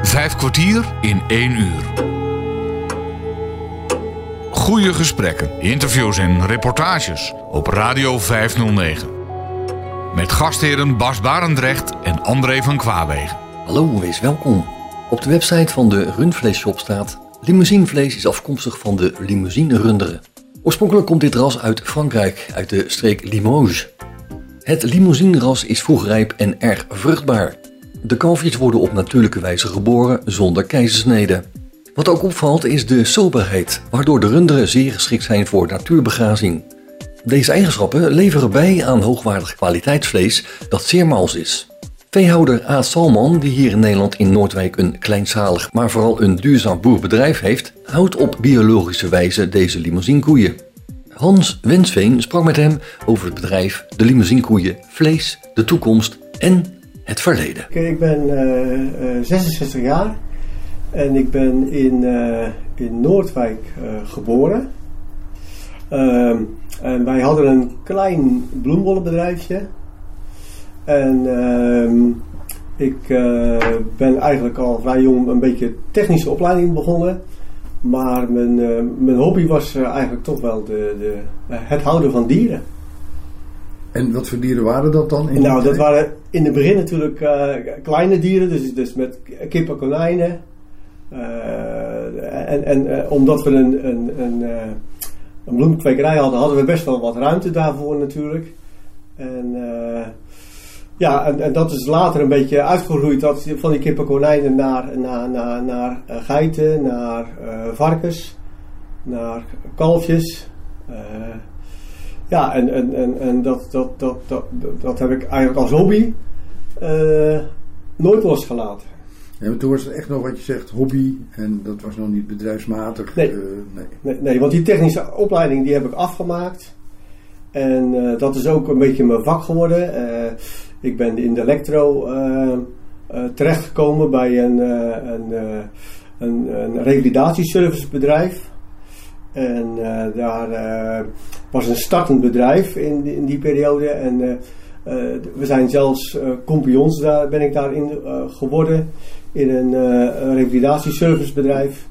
5 kwartier in 1 uur. Goede gesprekken, interviews en reportages op Radio 509. Met gastheren Bas Barendrecht en André van Kwaabegen. Hallo, wees welkom. Op de website van de Rundvleesshop staat: limousinevlees is afkomstig van de Limousine runderen. Oorspronkelijk komt dit ras uit Frankrijk, uit de streek Limoges. Het limousineras is vroegrijp en erg vruchtbaar. De kalfjes worden op natuurlijke wijze geboren, zonder keizersnede. Wat ook opvalt is de soberheid, waardoor de runderen zeer geschikt zijn voor natuurbegrazing. Deze eigenschappen leveren bij aan hoogwaardig kwaliteitsvlees dat zeer mals is. Veehouder A. Salman, die hier in Nederland in Noordwijk een kleinschalig, maar vooral een duurzaam boerbedrijf heeft, houdt op biologische wijze deze limousinekoeien. Hans Wensveen sprak met hem over het bedrijf, de limousinekoeien, vlees, de toekomst en het verleden. Ik ben 66 jaar en ik ben in Noordwijk geboren. En wij hadden een klein bloembollenbedrijfje. En ik ben eigenlijk al vrij jong een beetje technische opleiding begonnen. Maar mijn hobby was eigenlijk toch wel het houden van dieren. En wat voor dieren waren dat dan? Dat waren in het begin natuurlijk kleine dieren. Dus met kippen, konijnen. Omdat we een bloemkwekerij hadden we best wel wat ruimte daarvoor natuurlijk. En dat is later een beetje uitgegroeid van die kippen, konijnen naar geiten, naar varkens, naar kalfjes. Dat heb ik eigenlijk als hobby nooit losgelaten. Ja, maar toen was het echt nog wat je zegt, hobby, en dat was nog niet bedrijfsmatig. Nee, want die technische opleiding die heb ik afgemaakt. En dat is ook een beetje mijn vak geworden. Ik ben in de elektro terechtgekomen bij een revalidatieservicebedrijf. En daar was een startend bedrijf in die periode. En we zijn zelfs compagnons, daar ben ik daarin geworden. In een revalidatieservicebedrijf.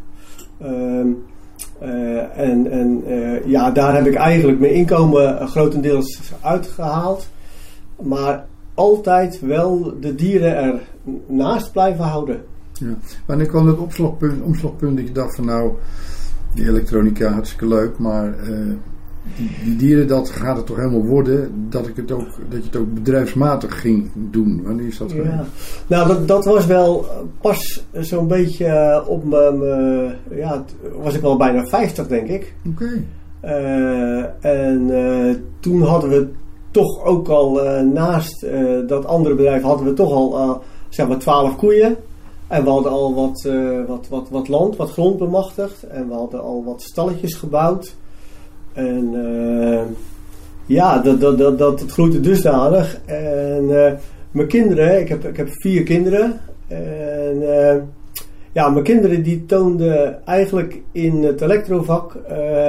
Daar heb ik eigenlijk mijn inkomen grotendeels uitgehaald. Maar altijd wel de dieren ernaast blijven houden. Ja. Wanneer kwam het omslagpunt dat je dacht van nou, die elektronica hartstikke leuk, maar die dieren, dat gaat het toch helemaal worden, dat je het ook bedrijfsmatig ging doen? Wanneer is dat geweest? Ja. Nou, dat was wel pas zo'n beetje op mijn... was ik wel bijna 50, denk ik. Oké. Toen hadden we toch ook al naast dat andere bedrijf hadden we toch al 12 koeien. En we hadden al wat land, wat grond bemachtigd. En we hadden al wat stalletjes gebouwd. En dat groeide dusdanig. En mijn kinderen, ik heb 4 kinderen. En mijn kinderen die toonden eigenlijk in het elektrovak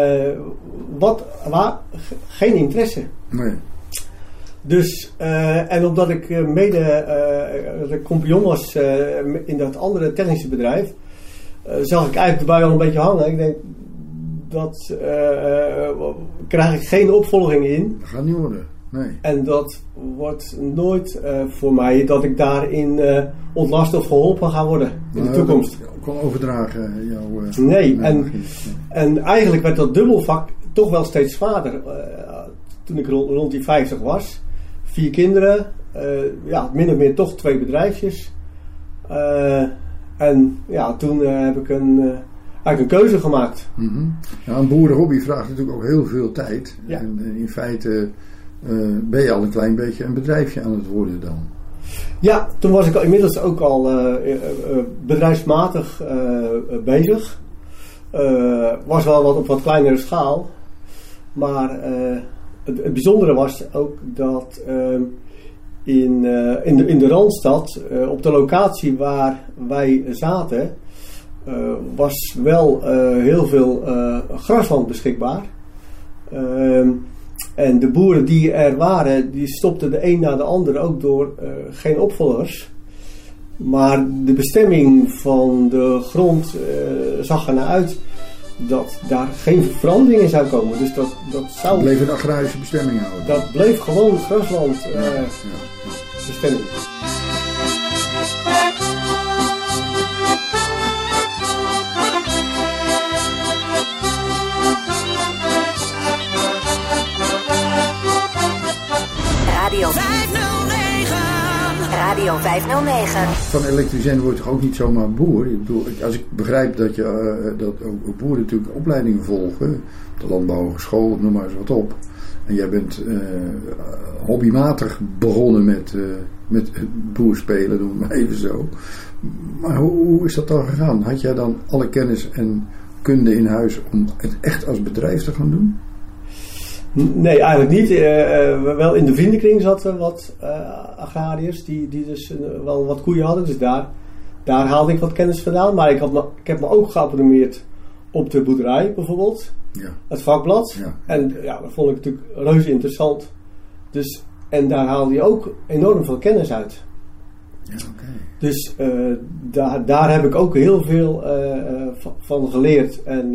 geen interesse. Nee. Dus, en omdat ik de compagnon was in dat andere technische bedrijf, zag ik eigenlijk erbij al een beetje hangen. Ik denk, dat krijg ik geen opvolging in. Dat gaat niet worden, nee. En dat wordt nooit voor mij dat ik daarin ontlast of geholpen ga worden in de toekomst. Dat kan overdragen jouw... Nee, en eigenlijk werd dat dubbelvak toch wel steeds zwaarder. Toen ik rond die 50 was. 4 kinderen, min of meer toch 2 bedrijfjes. Toen heb ik eigenlijk een keuze gemaakt. Mm-hmm. Nou, een boerenhobby vraagt natuurlijk ook heel veel tijd. Ja. En in feite ben je al een klein beetje een bedrijfje aan het worden dan. Ja, toen was ik inmiddels ook al bedrijfsmatig bezig. Was wel op wat kleinere schaal. Maar het bijzondere was ook dat in de Randstad, op de locatie waar wij zaten, was wel heel veel grasland beschikbaar. En de boeren die er waren, die stopten de een na de ander ook door geen opvolgers. Maar de bestemming van de grond zag ernaar uit dat daar geen verandering in zou komen. Dus dat zou... Het bleef een agrarische bestemming houden. Dat bleef gewoon grasland bestemming. Radio 509. Radio 509. Van elektricien word je toch ook niet zomaar boer? Ik bedoel, als ik begrijp dat ook boeren natuurlijk opleidingen volgen, de landbouwhogeschool, noem maar eens wat op. En jij bent hobbymatig begonnen met boerspelen, noem maar even zo. Maar hoe is dat dan gegaan? Had jij dan alle kennis en kunde in huis om het echt als bedrijf te gaan doen? Nee, eigenlijk niet. Wel in de vriendenkring zaten wat agrariërs die dus wel wat koeien hadden. Dus daar haalde ik wat kennis vandaan. Maar ik heb me ook geabonneerd op de boerderij bijvoorbeeld. Ja. Het vakblad. Ja. En ja, dat vond ik natuurlijk reuze interessant. Dus, en daar haalde je ook enorm veel kennis uit. Ja, okay. Dus daar heb ik ook heel veel van geleerd. En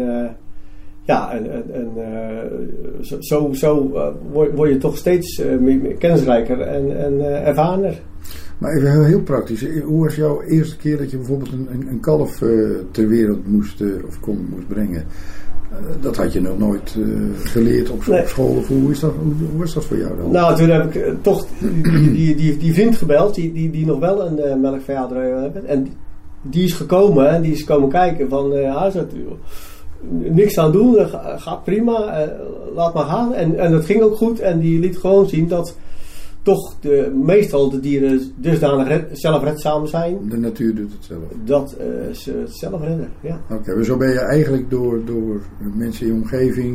zo word je toch steeds kennisrijker en ervarener. Maar even heel praktisch. Hoe was jouw eerste keer dat je bijvoorbeeld een kalf ter wereld moest brengen? Dat had je nog nooit geleerd op school. Of hoe was dat voor jou dan? Nou, toen heb ik toch die vriend gebeld die nog wel een melkveehouderij hebben. En die is gekomen en die is komen kijken van niks aan doen, gaat prima, laat maar gaan. En dat ging ook goed en die liet gewoon zien dat toch meestal de dieren dusdanig zelfredzaam zijn. De natuur doet het zelf. Dat ze het zelf redden, ja. Oké, dus zo ben je eigenlijk door mensen in je omgeving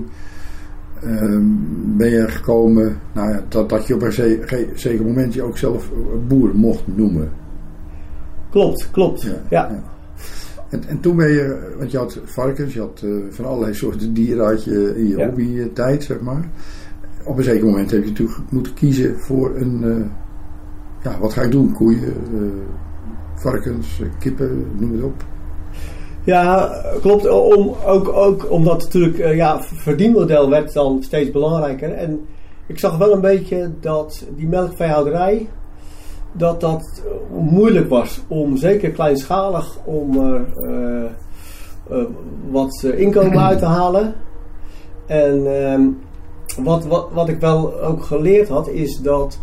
ben je gekomen, dat je op een zeker moment je ook zelf boer mocht noemen. Klopt, ja. En toen ben je, want je had varkens, je had van allerlei soorten dieren had je in je hobbytijd, zeg maar. Op een zeker moment heb je natuurlijk moeten kiezen voor wat ga ik doen? Koeien, varkens, kippen, noem het op. Ja, klopt. Ook omdat natuurlijk, verdienmodel werd dan steeds belangrijker. En ik zag wel een beetje dat die melkveehouderij, dat moeilijk was om, zeker kleinschalig, om wat inkomen uit te halen. En wat ik wel ook geleerd had, is dat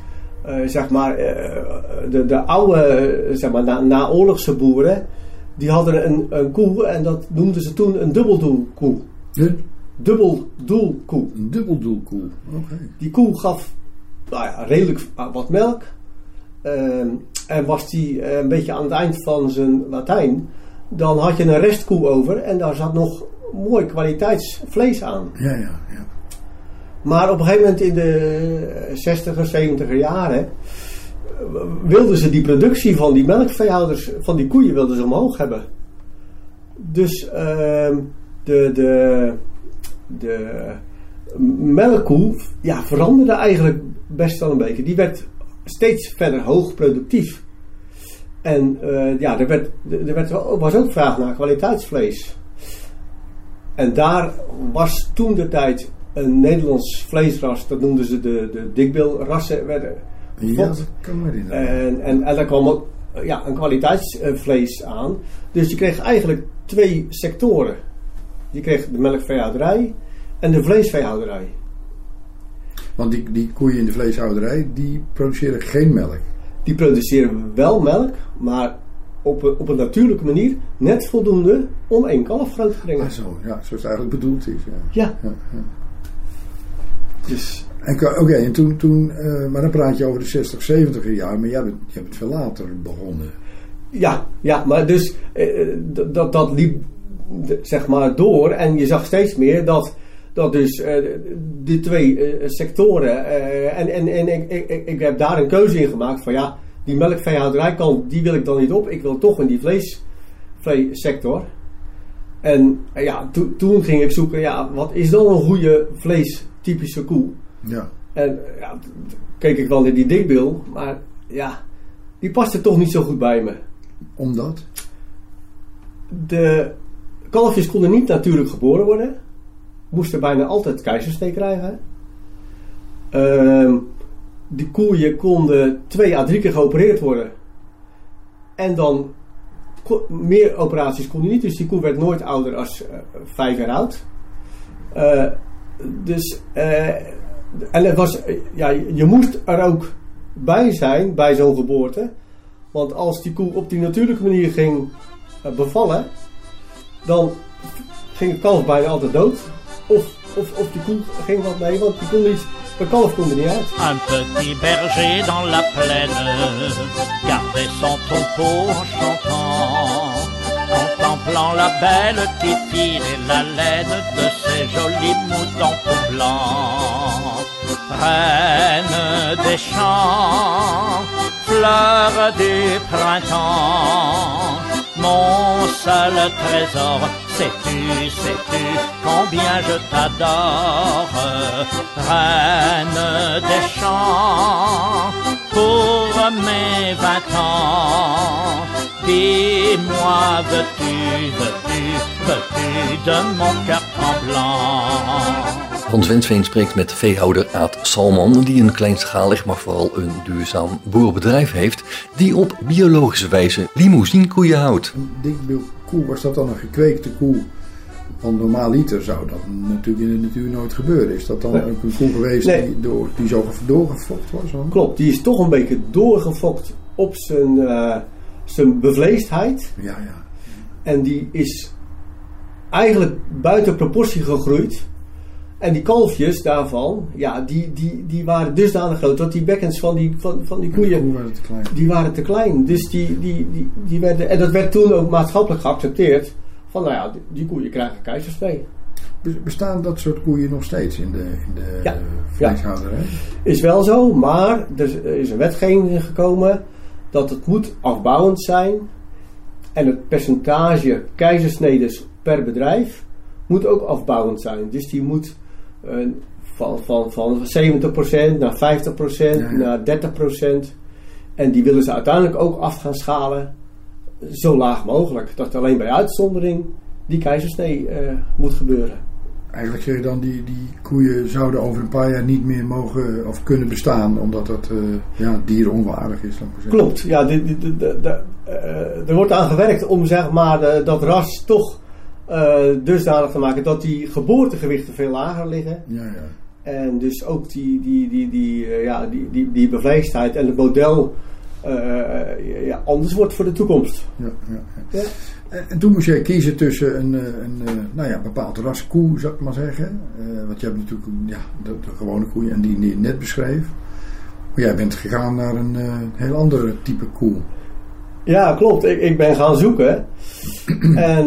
de oude naoorlogse boeren, die hadden een koe en dat noemden ze toen een dubbeldoelkoe. Dubbeldoelkoe. Een dubbeldoelkoe, oké. Die koe gaf redelijk wat melk. En was die een beetje aan het eind van zijn Latijn, dan had je een restkoe over en daar zat nog mooi kwaliteitsvlees aan. Ja. Maar op een gegeven moment in de 60er, 70er jaren wilden ze die productie van die melkveehouders, van die koeien, wilden ze omhoog hebben. Dus de melkkoe veranderde eigenlijk best wel een beetje. Die werd steeds verder hoogproductief. En was ook vraag naar kwaliteitsvlees. En daar was toen de tijd een Nederlands vleesras, dat noemden ze de dikbilrassen, werden gefokt. Ja, dat kan me herinneren. En daar kwam ook een kwaliteitsvlees aan. Dus je kreeg eigenlijk 2 sectoren. Je kreeg de melkveehouderij en de vleesveehouderij. Want die koeien in de vleeshouderij, die produceren geen melk. Die produceren wel melk, maar op een natuurlijke manier net voldoende om 1 kalf groot te brengen. Zoals het eigenlijk bedoeld is. Ja. Dus. En toen maar dan praat je over de 60, 70 jaar, maar jij bent veel later begonnen. Ja, maar dus dat liep zeg maar door en je zag steeds meer dat dus die 2 sectoren en ik heb daar een keuze in gemaakt van die melkveehouderijkant, die wil ik dan niet op. Ik wil toch in die vleessector. En toen ging ik zoeken, wat is dan een goede vleestypische koe? Ja. En keek ik wel naar die dikbil, maar die paste toch niet zo goed bij me. Omdat? De kalfjes konden niet natuurlijk geboren worden. Moesten bijna altijd keizersnee krijgen. Die koeien konden 2 à 3 keer geopereerd worden. En dan meer operaties kon je niet. Dus die koe werd nooit ouder dan 5 jaar oud. En het was, je moest er ook bij zijn bij zo'n geboorte. Want als die koe op die natuurlijke manier ging bevallen, dan ging het kalf bijna altijd dood. Of die koe ging wat mee, want die kon niet, de kalf kon er niet uit. Un petit berger dans la plaine gardait son troupeau en chantant, contemplant la belle qui tirait la laine de ses jolis moutons tout blancs. Reine des champs, fleur du printemps, mon seul trésor, sais-tu combien je t'adore, reine des champs, pour mes 20 ans, dis-moi, veux-tu de mon cœur tremblant? Hans Wensveen spreekt met veehouder Aad Salman, die een kleinschalig, maar vooral een duurzaam boerenbedrijf heeft, die op biologische wijze limousinekoeien houdt. Een dikbilkoe, was dat dan een gekweekte koe? Want normaal liter zou dat natuurlijk in de natuur nooit gebeuren. Is dat dan ook een koe geweest die zo doorgefokt was? Hoor? Klopt, die is toch een beetje doorgefokt op zijn bevleesdheid. Ja. En die is eigenlijk buiten proportie gegroeid. En die kalfjes daarvan, die waren dusdanig groot dat die bekkens van die koeien, die waren te klein. Dus die werden, en dat werd toen ook maatschappelijk geaccepteerd. Van die koeien krijgen keizersnee. Bestaan dat soort koeien nog steeds in de vleeshouderij? Is wel zo, maar er is een wetgeving gekomen dat het moet afbouwend zijn. En het percentage keizersnedes per bedrijf moet ook afbouwend zijn. Dus die moet van 70% naar 50%, naar 30%. En die willen ze uiteindelijk ook af gaan schalen. Zo laag mogelijk. Dat alleen bij uitzondering die keizersnee moet gebeuren. Eigenlijk zeg je dan, die koeien zouden over een paar jaar niet meer mogen of kunnen bestaan. Omdat dat dieronwaardig is. Klopt. Ja, er wordt aan gewerkt om zeg maar dat ras toch dusdanig te maken dat die geboortegewichten veel lager liggen. Ja. En dus ook die bevleesdheid en het model anders wordt voor de toekomst. Ja. En toen moest jij kiezen tussen een bepaald ras koe, zou ik maar zeggen. Want je hebt natuurlijk de gewone koeien en die je net beschreef. Maar jij bent gegaan naar een heel andere type koe. Ja, klopt. Ik ben gaan zoeken. En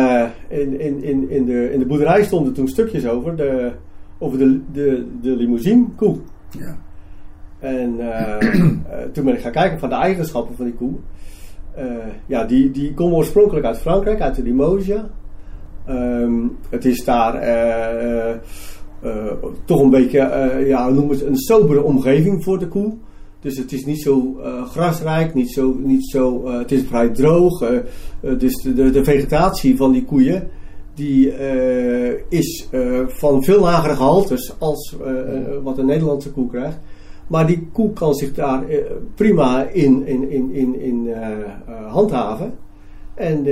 in de boerderij stonden toen stukjes over de limousinekoe. Ja. En toen ben ik gaan kijken van de eigenschappen van die koe. Die komen oorspronkelijk uit Frankrijk, uit de Limoges. Het is daar toch een beetje, noem het een sobere omgeving voor de koe. Dus het is niet zo grasrijk, niet zo, het is vrij droog. Dus de vegetatie van die koeien, die is van veel lagere gehaltes als wat een Nederlandse koe krijgt. Maar die koe kan zich daar prima in handhaven. En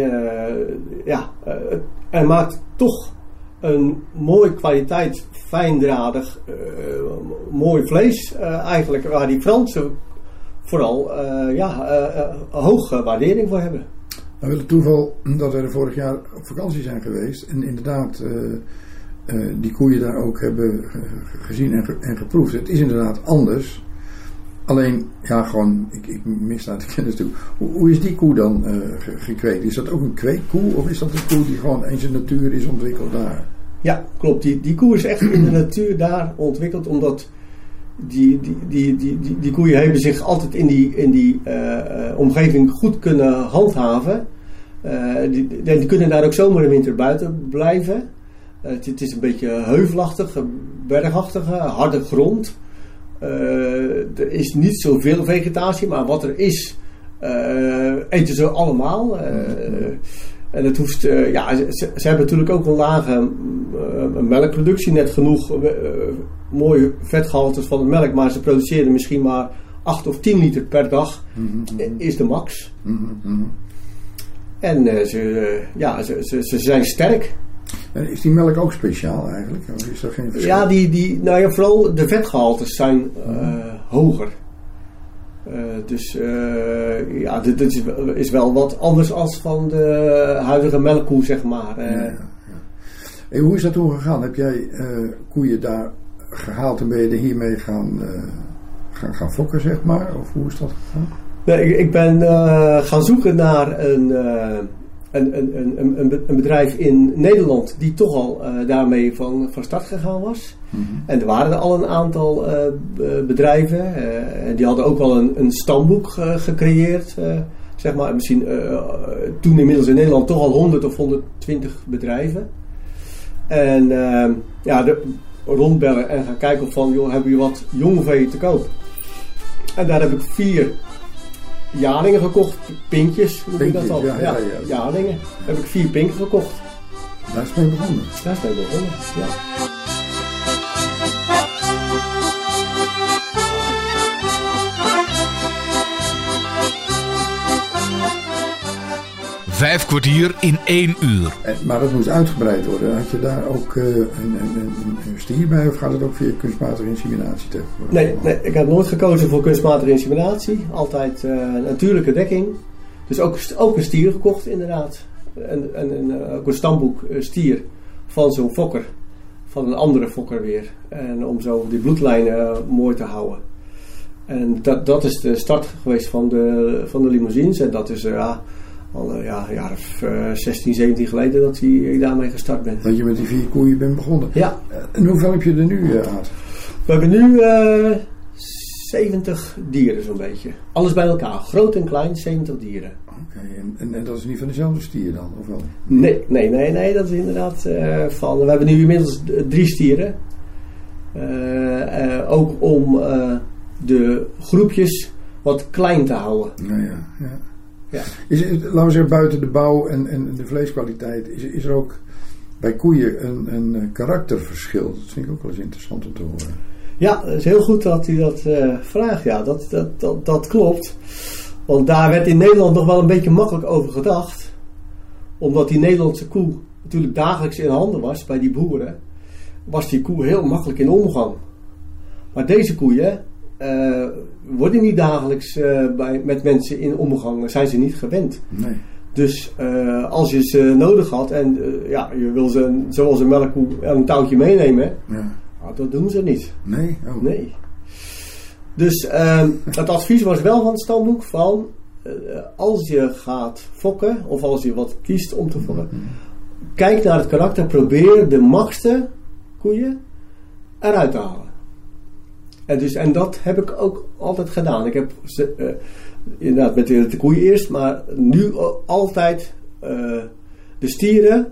hij maakt toch een mooie kwaliteit, fijndradig, mooi vlees eigenlijk. Waar die Fransen vooral hoge waardering voor hebben. Nou wil het toeval dat we vorig jaar op vakantie zijn geweest. En inderdaad die koeien daar ook hebben gezien en geproefd. Het is inderdaad anders. Alleen, ik mis daar de kennis toe. Hoe is die koe dan gekweekt? Is dat ook een kweekkoe? Of is dat een koe die gewoon in zijn natuur is ontwikkeld daar? Ja, klopt. Die koe is echt in de natuur daar ontwikkeld. Omdat die koeien hebben zich altijd in die omgeving goed kunnen handhaven. Die kunnen daar ook zomer en winter buiten blijven. Het is een beetje heuvelachtig, bergachtige, harde grond. Er is niet zoveel vegetatie, maar wat er is, eten ze allemaal. En het hoeft, ze hebben natuurlijk ook een lage melkproductie, net genoeg mooie vetgehaltes van de melk, maar ze produceren misschien maar 8 of 10 liter per dag, is de max. En ze zijn sterk. En is die melk ook speciaal eigenlijk? Of is er geen verschil? Ja, vooral de vetgehaltes zijn hoger. Dit is wel wat anders als van de huidige melkkoe, zeg maar. En hoe is dat toen gegaan? Heb jij koeien daar gehaald en ben je er hiermee gaan fokken, zeg maar? Of hoe is dat gegaan? Nee, ik ben gaan zoeken naar een bedrijf in Nederland die toch al daarmee van start gegaan was. En er waren al een aantal bedrijven. Die hadden ook al een stamboek gecreëerd. Zeg maar, misschien toen inmiddels in Nederland toch al 100 of 120 bedrijven. En rondbellen en gaan kijken of van, joh, hebben jullie wat jong vee te koop? En daar heb ik 4 jaarlingen gekocht, pinkjes, noem je dat al? Ja. Jaarlingen. Heb ik 4 pinken gekocht. Daar is mee begonnen. Ja. 5 kwartier in 1 uur. Maar dat moest uitgebreid worden. Had je daar ook een stier bij of gaat het ook via kunstmatige inseminatie tegenwoordig? Nee, ik heb nooit gekozen voor kunstmatige inseminatie. Altijd natuurlijke dekking. Dus ook een stier gekocht inderdaad. En ook een stamboek stier van zo'n fokker. Van een andere fokker weer. En om zo die bloedlijnen mooi te houden. En dat is de start geweest van de limousines. En dat is al een jaar of 16, 17 geleden dat ik daarmee gestart ben. Dat je met die 4 koeien bent begonnen. Ja. En hoeveel heb je er nu, Aad? We hebben nu 70 dieren zo'n beetje. Alles bij elkaar. Groot en klein, 70 dieren. Oké, en dat is niet van dezelfde stier dan, of wel? Nee, dat is inderdaad van... We hebben nu inmiddels 3 stieren. Ook om de groepjes wat klein te houden. Ja. Is het, laten we zeggen, buiten de bouw en de vleeskwaliteit, is er ook bij koeien een karakterverschil? Dat vind ik ook wel eens interessant om te horen. Ja, het is heel goed dat u dat vraagt. Ja, dat klopt. Want daar werd in Nederland nog wel een beetje makkelijk over gedacht. Omdat die Nederlandse koe natuurlijk dagelijks in handen was bij die boeren, was die koe heel makkelijk in omgang. Maar deze koeien worden niet dagelijks met mensen in omgang. Daar zijn ze niet gewend. Nee. Dus als je ze nodig had en je wil ze zoals een melkkoe een touwtje meenemen, dat doen ze niet. Nee? Oh. Nee. Dus het advies was wel van het stamboek van als je gaat fokken of als je wat kiest om te fokken, kijk naar het karakter, probeer de maxste koeien eruit te halen. En dat heb ik ook altijd gedaan. Ik heb inderdaad met de koeien eerst, maar nu altijd de stieren,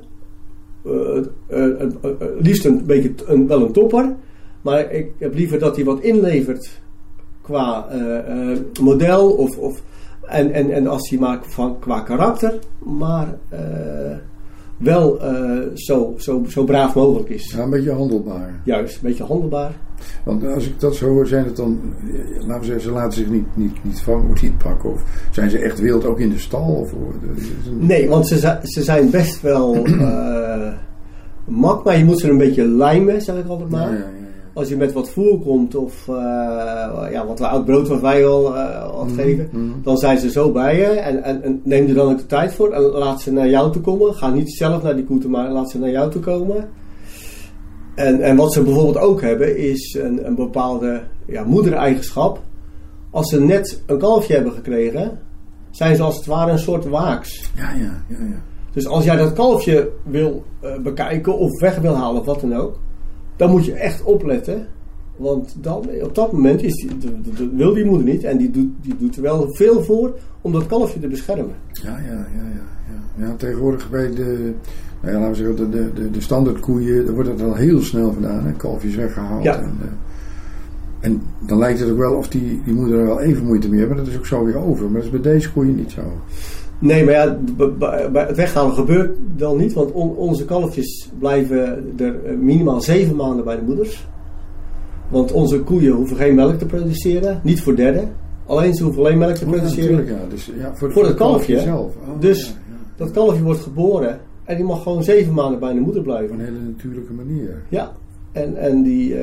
liefst een beetje wel een topper, maar ik heb liever dat hij wat inlevert qua model en als hij maakt qua karakter, maar wel zo braaf mogelijk is. Ja, een beetje handelbaar. Juist, een beetje handelbaar. Want als ik dat zo hoor, zijn het dan, laten we zeggen, ze laten zich niet vangen of niet pakken? Of zijn ze echt wild ook in de stal? Of, nee, want ze zijn best wel mak, maar je moet ze een beetje lijmen, zeg ik altijd maar. Ja. Als je met wat voer komt of wat oud brood wat wij al geven, dan zijn ze zo bij je en neem er dan ook de tijd voor en laat ze naar jou toe komen. Ga niet zelf naar die koe toe, maar laat ze naar jou toe komen. En wat ze bijvoorbeeld ook hebben is een bepaalde moedereigenschap. Als ze net een kalfje hebben gekregen, zijn ze als het ware een soort waaks. Ja. Dus als jij dat kalfje wil bekijken of weg wil halen of wat dan ook, dan moet je echt opletten. Want dan, op dat moment wil die moeder niet en die doet er wel veel voor om dat kalfje te beschermen. Ja, tegenwoordig bij laten we zeggen, de standaard koeien, daar wordt het al heel snel gedaan, hè? Kalfjes weggehaald. Ja. En dan lijkt het ook wel of die moeder er wel even moeite mee heeft, maar dat is ook zo weer over. Maar dat is bij deze koeien niet zo. Nee, maar ja, bij het weghalen gebeurt dan niet, want onze kalfjes blijven er minimaal 7 maanden bij de moeders. Want onze koeien hoeven geen melk te produceren, niet voor derden. Alleen ze hoeven alleen melk te produceren. Natuurlijk, ja. Dus, ja, voor het kalfje zelf. Dus dat kalfje wordt geboren en die mag gewoon 7 maanden bij de moeder blijven. Op een hele natuurlijke manier. Ja, en die...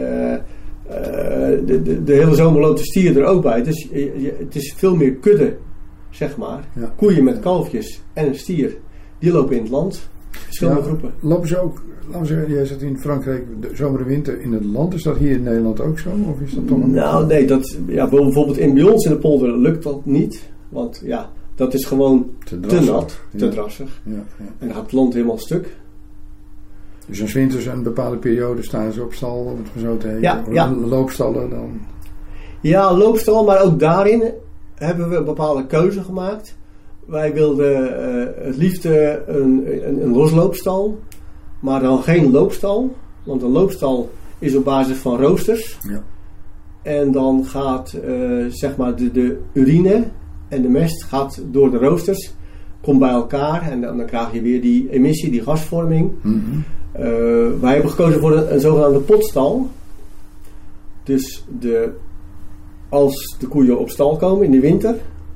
de hele zomer loopt de stier er ook bij. Dus het is veel meer kudde, zeg maar. Ja. Koeien met kalfjes en een stier. Die lopen in het land. Verschillende groepen. Lopen ze ook, laten we zeggen, jij zit in Frankrijk de zomer en winter in het land. Is dat hier in Nederland ook zo? Of is dat toch nee, bijvoorbeeld bij ons in de polder lukt dat niet. Want ja, dat is gewoon te nat, te drassig. Ja. En dan gaat het land helemaal stuk. Dus als winters een bepaalde periode staan ze op stal, om het maar zo te heten. Ja. Loopstallen dan? Ja, loopstal, maar ook daarin hebben we een bepaalde keuze gemaakt. Wij wilden het liefst een losloopstal, maar dan geen loopstal. Want een loopstal is op basis van roosters. Ja. En dan gaat zeg maar de urine en de mest gaat door de roosters, komt bij elkaar en dan krijg je weer die emissie, die gasvorming. Mm-hmm. Wij hebben gekozen voor een zogenaamde potstal. Dus als de koeien op stal komen in de winter,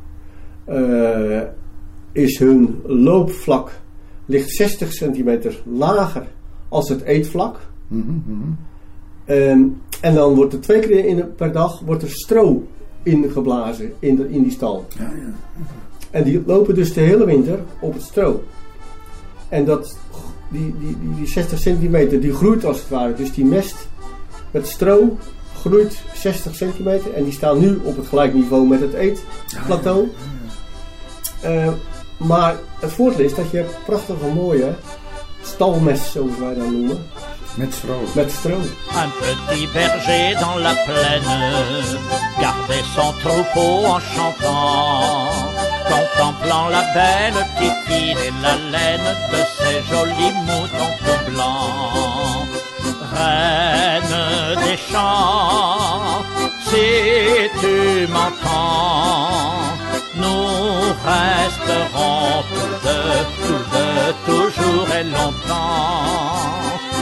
is hun loopvlak ligt 60 centimeter lager als het eetvlak. Mm-hmm. En dan wordt er 2 keer per dag wordt er stro ingeblazen in die stal. Ja. En die lopen dus de hele winter op het stro. En die 60 centimeter die groeit als het ware. Dus die mest met stro groeit 60 centimeter. En die staan nu op het gelijk niveau met het eetplateau. Maar het voordeel is dat je prachtige mooie stalmest, zoals wij dat noemen. Met stro. Un petit berger dans la plaine gardait son troupeau en chantant, contemplant la belle Titine et la laine de ses jolis moutons tout blancs. Reine des champs, si tu m'entends, nous resterons tous deux, toujours et longtemps.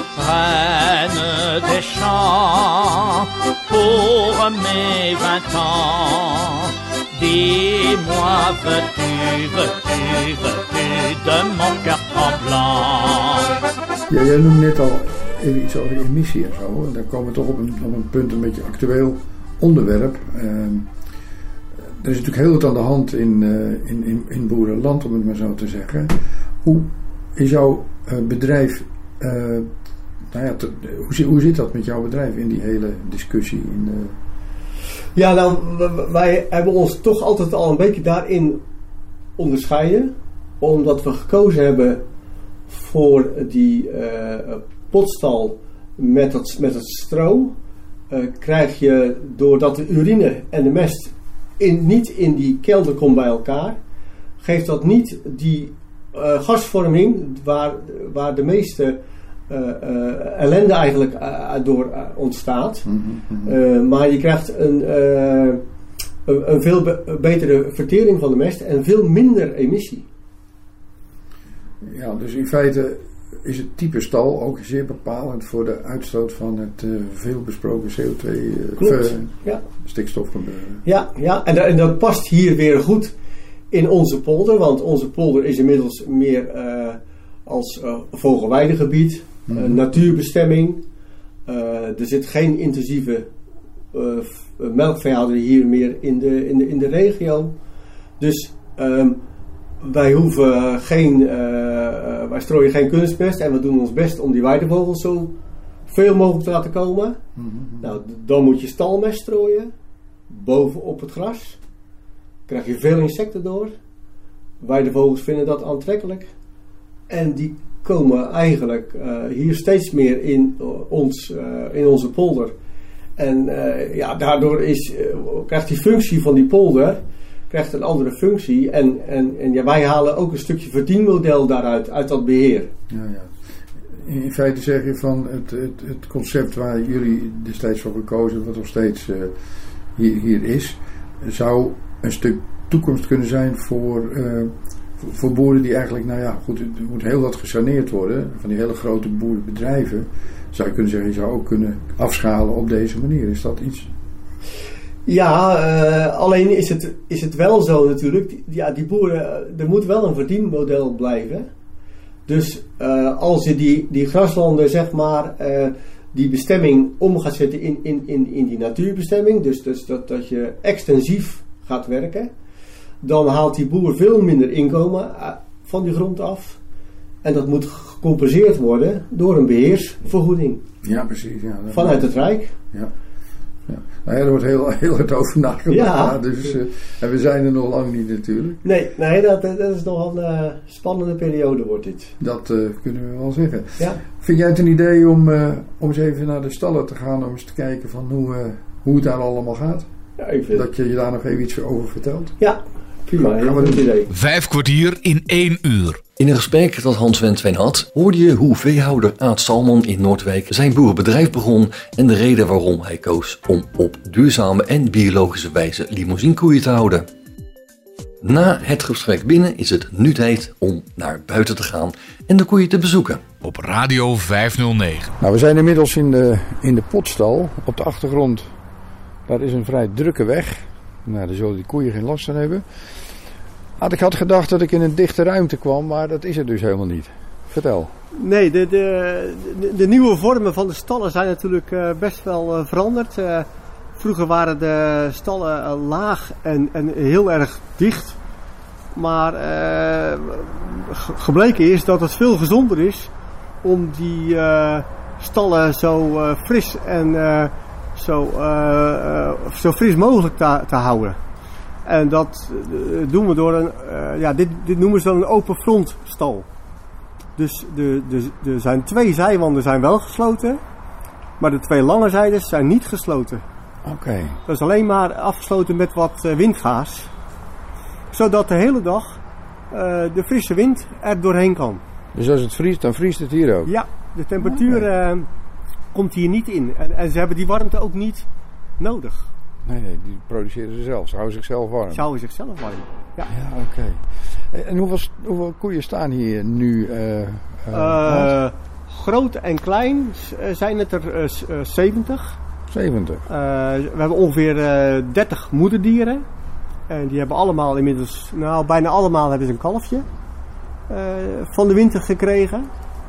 Reine des champs, pour mes 20 ans, dis-moi, veux-tu de mon cœur tremblant? Ja, jij noemde net al even iets over emissie en zo. En daar komen we toch op een punt, een beetje actueel onderwerp. Er is natuurlijk heel wat aan de hand in boerenland, om het maar zo te zeggen. Hoe is jouw bedrijf... hoe zit dat met jouw bedrijf in die hele discussie? Ja, nou, wij hebben ons toch altijd al een beetje daarin onderscheiden. Omdat we gekozen hebben voor die potstal met het stro. Krijg je, doordat de urine en de mest niet in die kelder komt bij elkaar, geeft dat niet die gasvorming waar de meeste ellende eigenlijk door ontstaat. Mm-hmm. Maar je krijgt een veel betere vertering van de mest en veel minder emissie. Ja, dus in feite is het type stal ook zeer bepalend voor de uitstoot van het veelbesproken CO2 stikstofgebeuren. Ja, en dat past hier weer goed in onze polder, want onze polder is inmiddels meer als vogelweidegebied, natuurbestemming. Er zit geen intensieve melkveehouder hier meer in de regio. Dus wij strooien geen kunstmest en we doen ons best om die weidevogels zo veel mogelijk te laten komen. Mm-hmm. Nou, dan moet je stalmest strooien, bovenop het gras. Krijg je veel insecten door. Weidevogels vinden dat aantrekkelijk. En die komen eigenlijk hier steeds meer in onze polder. En daardoor krijgt die functie van die polder krijgt een andere functie. En wij halen ook een stukje verdienmodel daaruit, uit dat beheer. In feite zeg je van het concept waar jullie destijds voor gekozen, wat nog steeds hier is, zou een stuk toekomst kunnen zijn voor boeren die eigenlijk, nou ja, goed, er moet heel wat gesaneerd worden. Van die hele grote boerenbedrijven zou je kunnen zeggen, je zou ook kunnen afschalen op deze manier. Is dat iets? Ja, alleen is het wel zo natuurlijk. Ja, die boeren, er moet wel een verdienmodel blijven. Dus als je die graslanden, zeg maar, die bestemming om gaat zetten in die natuurbestemming, dus dat je extensief gaat werken, dan haalt die boer veel minder inkomen van die grond af. En dat moet gecompenseerd worden door een beheersvergoeding. Ja, precies. Ja, vanuit het Rijk. Ja. Ja. Nou ja, er wordt heel hard over nagedacht. Ja. Dus, en we zijn er nog lang niet natuurlijk. Nee, dat is nog een spannende periode wordt dit. Dat kunnen we wel zeggen. Ja. Vind jij het een idee om eens even naar de stallen te gaan om eens te kijken van hoe het daar allemaal gaat? Ja, ik vind dat je daar nog even iets over vertelt? Ja, prima. Heel goed idee. 5 kwartier in 1 uur. In een gesprek dat Hans Wentwijn had, hoorde je hoe veehouder Aad Salman in Noordwijk zijn boerenbedrijf begon en de reden waarom hij koos om op duurzame en biologische wijze limousinekoeien te houden. Na het gesprek binnen is het nu tijd om naar buiten te gaan en de koeien te bezoeken. Op Radio 509. Nou, we zijn inmiddels in de potstal. Op de achtergrond, daar is een vrij drukke weg. Nou, daar zullen die koeien geen last van hebben. Ik had gedacht dat ik in een dichte ruimte kwam, maar dat is het dus helemaal niet. Vertel. Nee, de nieuwe vormen van de stallen zijn natuurlijk best wel veranderd. Vroeger waren de stallen laag en heel erg dicht. Maar gebleken is dat het veel gezonder is om die stallen zo fris en zo fris mogelijk te houden. En dat doen we door dit noemen ze dan een open front stal. Dus er zijn 2 zijwanden zijn wel gesloten, maar de 2 lange zijdes zijn niet gesloten. Oké. Dat is alleen maar afgesloten met wat windgaas, zodat de hele dag de frisse wind er doorheen kan. Dus als het vriest, dan vriest het hier ook? Ja, de temperatuur komt hier niet in. En ze hebben die warmte ook niet nodig. Nee, die produceren ze zelf. Ze houden zichzelf warm. Ze houden zichzelf warm, ja. Ja, oké. En hoeveel koeien staan hier nu? Groot en klein zijn het er 70. 70? We hebben ongeveer 30 moederdieren. En die hebben allemaal inmiddels, bijna allemaal hebben ze een kalfje van de winter gekregen.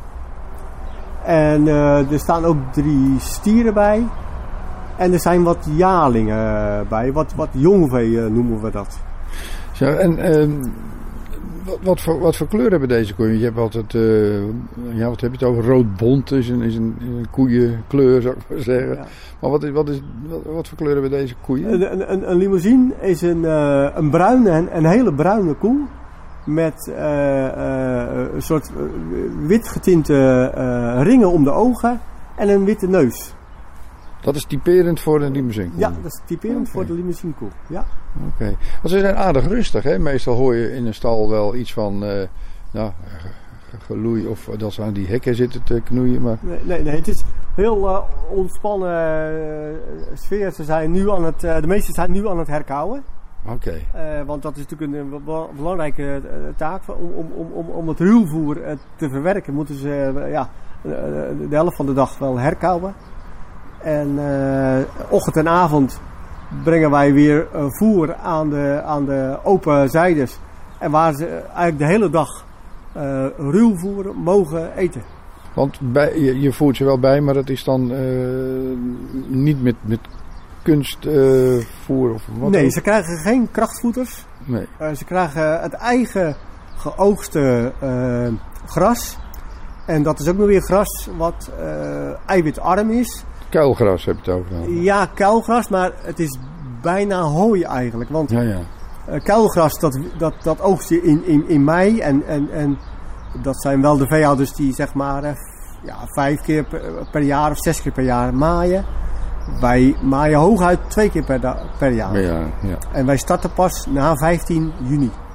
En er staan ook 3 stieren bij. En er zijn wat jaarlingen bij, wat jongvee noemen we dat. Zo, en wat voor kleur hebben deze koeien? Je hebt altijd, wat heb je het over? Rood-bont is een koeienkleur, zou ik maar zeggen. Ja. Maar wat voor kleur hebben deze koeien? Een limousine is een bruine, een hele bruine koe. Met een soort wit getinte ringen om de ogen en een witte neus. Dat is typerend voor de limousinekoe? Ja, dat is typerend voor de limousinekoe. Ja. Oké. Want ze zijn aardig rustig, hè? Meestal hoor je in een stal wel iets van geloei of dat ze aan die hekken zitten te knoeien. Maar... Nee, het is heel ontspannen sfeer. De meesten zijn nu aan het herkauwen. Oké. Want dat is natuurlijk een belangrijke taak. Om het ruwvoer te verwerken moeten ze de helft van de dag wel herkauwen. En ochtend en avond brengen wij weer voer aan de open zijdes. En waar ze eigenlijk de hele dag ruwvoer mogen eten. Want je voert ze wel bij, maar dat is dan niet met kunstvoer of wat? Nee, ze krijgen geen krachtvoeders. Nee. Ze krijgen het eigen geoogste gras. En dat is ook nog weer gras wat eiwitarm is. Kuilgras heb je het over? Ja, kuilgras, maar het is bijna hooi eigenlijk. Want kuilgras, dat oogst je in mei. En dat zijn wel de veehouders die zeg maar 5 keer per jaar of 6 keer per jaar maaien. Wij maaien hooguit 2 keer per jaar. Ja. En wij starten pas na 15 juni.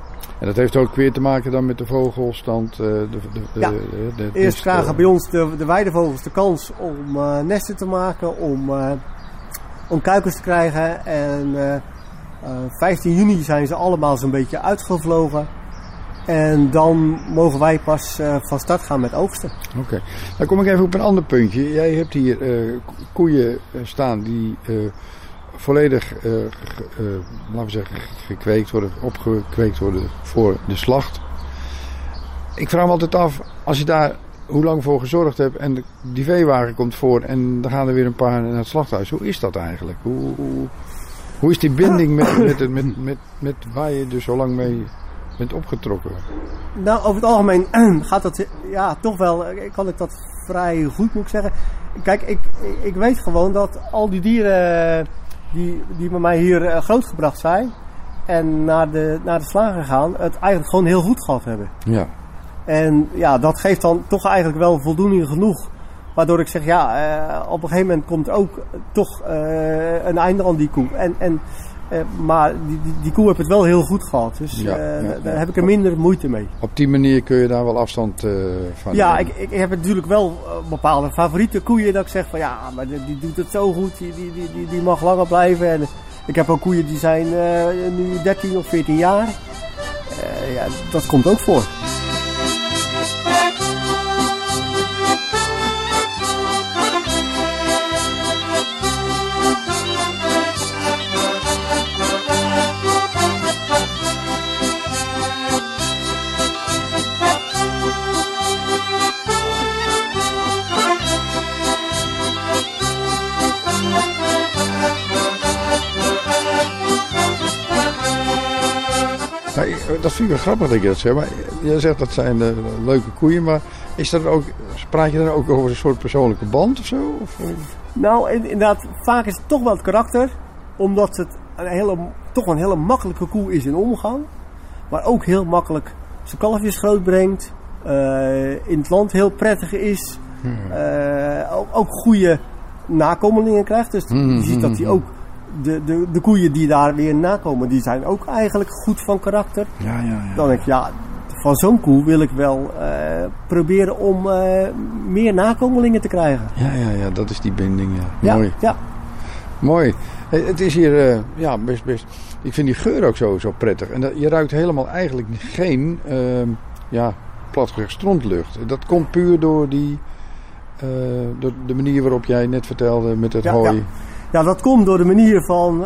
En dat heeft ook weer te maken dan met de vogelstand. Eerst krijgen bij ons de weidevogels de kans om nesten te maken, om kuikens te krijgen. En 15 juni zijn ze allemaal zo'n beetje uitgevlogen. En dan mogen wij pas van start gaan met oogsten. Oké. Dan kom ik even op een ander puntje. Jij hebt hier koeien staan die volledig, laten we zeggen, opgekweekt worden voor de slacht. Ik vraag me altijd af, als je daar hoe lang voor gezorgd hebt en die veewagen komt voor en dan gaan er weer een paar naar het slachthuis. Hoe is dat eigenlijk? Hoe is die binding met waar je dus zo lang mee bent opgetrokken? Nou, over het algemeen gaat dat toch wel, kan ik dat vrij goed, moet ik zeggen. Kijk, ik weet gewoon dat al die dieren die bij mij hier grootgebracht zijn en naar de slager gaan, het eigenlijk gewoon heel goed gehad hebben. Ja. En ja, dat geeft dan toch eigenlijk wel voldoening genoeg. Waardoor ik zeg, op een gegeven moment komt er ook toch een einde aan die koe. Maar die koe heeft het wel heel goed gehad. Dus daar heb ik er minder moeite mee. Op die manier kun je daar wel afstand van Ja, nemen. ik heb natuurlijk wel bepaalde favoriete koeien dat ik zeg van maar die doet het zo goed. Die mag langer blijven. En ik heb ook koeien die zijn nu 13 of 14 jaar. Dat komt ook voor. Dat vind ik wel grappig dat je dat zegt. Maar jij zegt dat zijn leuke koeien, maar praat je dan ook over een soort persoonlijke band of zo? Nou, inderdaad, vaak is het toch wel het karakter. Omdat het toch een hele makkelijke koe is in omgang. Maar ook heel makkelijk zijn kalfjes grootbrengt. In het land heel prettig is. Ook goede nakomelingen krijgt. Dus je ziet dat hij ook de koeien die daar weer nakomen, die zijn ook eigenlijk goed van karakter. Ja. Dan denk ik, van zo'n koe wil ik wel proberen om meer nakomelingen te krijgen. Ja, dat is die binding. Ja. Mooi. Ja. Mooi. Het is hier best. Ik vind die geur ook zo prettig. En je ruikt helemaal eigenlijk geen plat gezegd strontlucht. Dat komt puur door door de manier waarop jij net vertelde met het hooi. Ja, dat komt door de manier van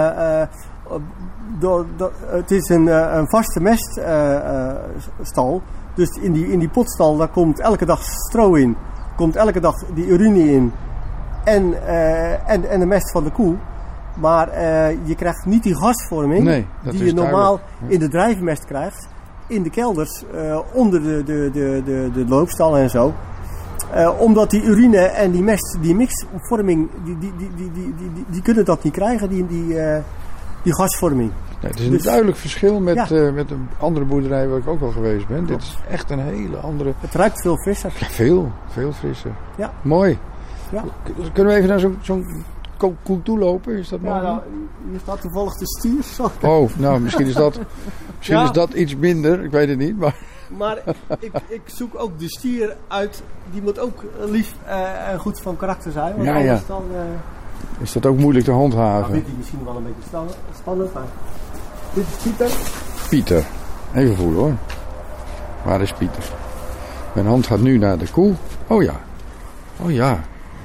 het is een vaste meststal. Dus in die potstal daar komt elke dag stro in. Komt elke dag die urine in. En de mest van de koe. Maar je krijgt niet die gasvorming die je normaal in de drijvenmest krijgt. In de kelders, onder de loopstal en zo. Omdat die urine en die mest, die mixvorming, die kunnen dat niet krijgen, die gasvorming. Nee, het is een duidelijk verschil met een andere boerderij waar ik ook al geweest ben. Dit is echt een hele andere... Het ruikt veel frisser. Ja, veel frisser. Ja. Mooi. Ja. Kunnen we even naar zo'n koe toe lopen? Is dat mogelijk? Nou, hier staat toevallig de stier. Oh, nou, misschien is dat iets minder. Ik weet het niet, maar... Maar ik zoek ook de stier uit. Die moet ook lief en goed van karakter zijn. Want anders dan... is dat ook moeilijk te handhaven? Nou, vindt hij misschien wel een beetje spannend. Maar dit is Pieter. Pieter. Even voelen hoor. Waar is Pieter? Mijn hand gaat nu naar de koe. Oh ja. Ja.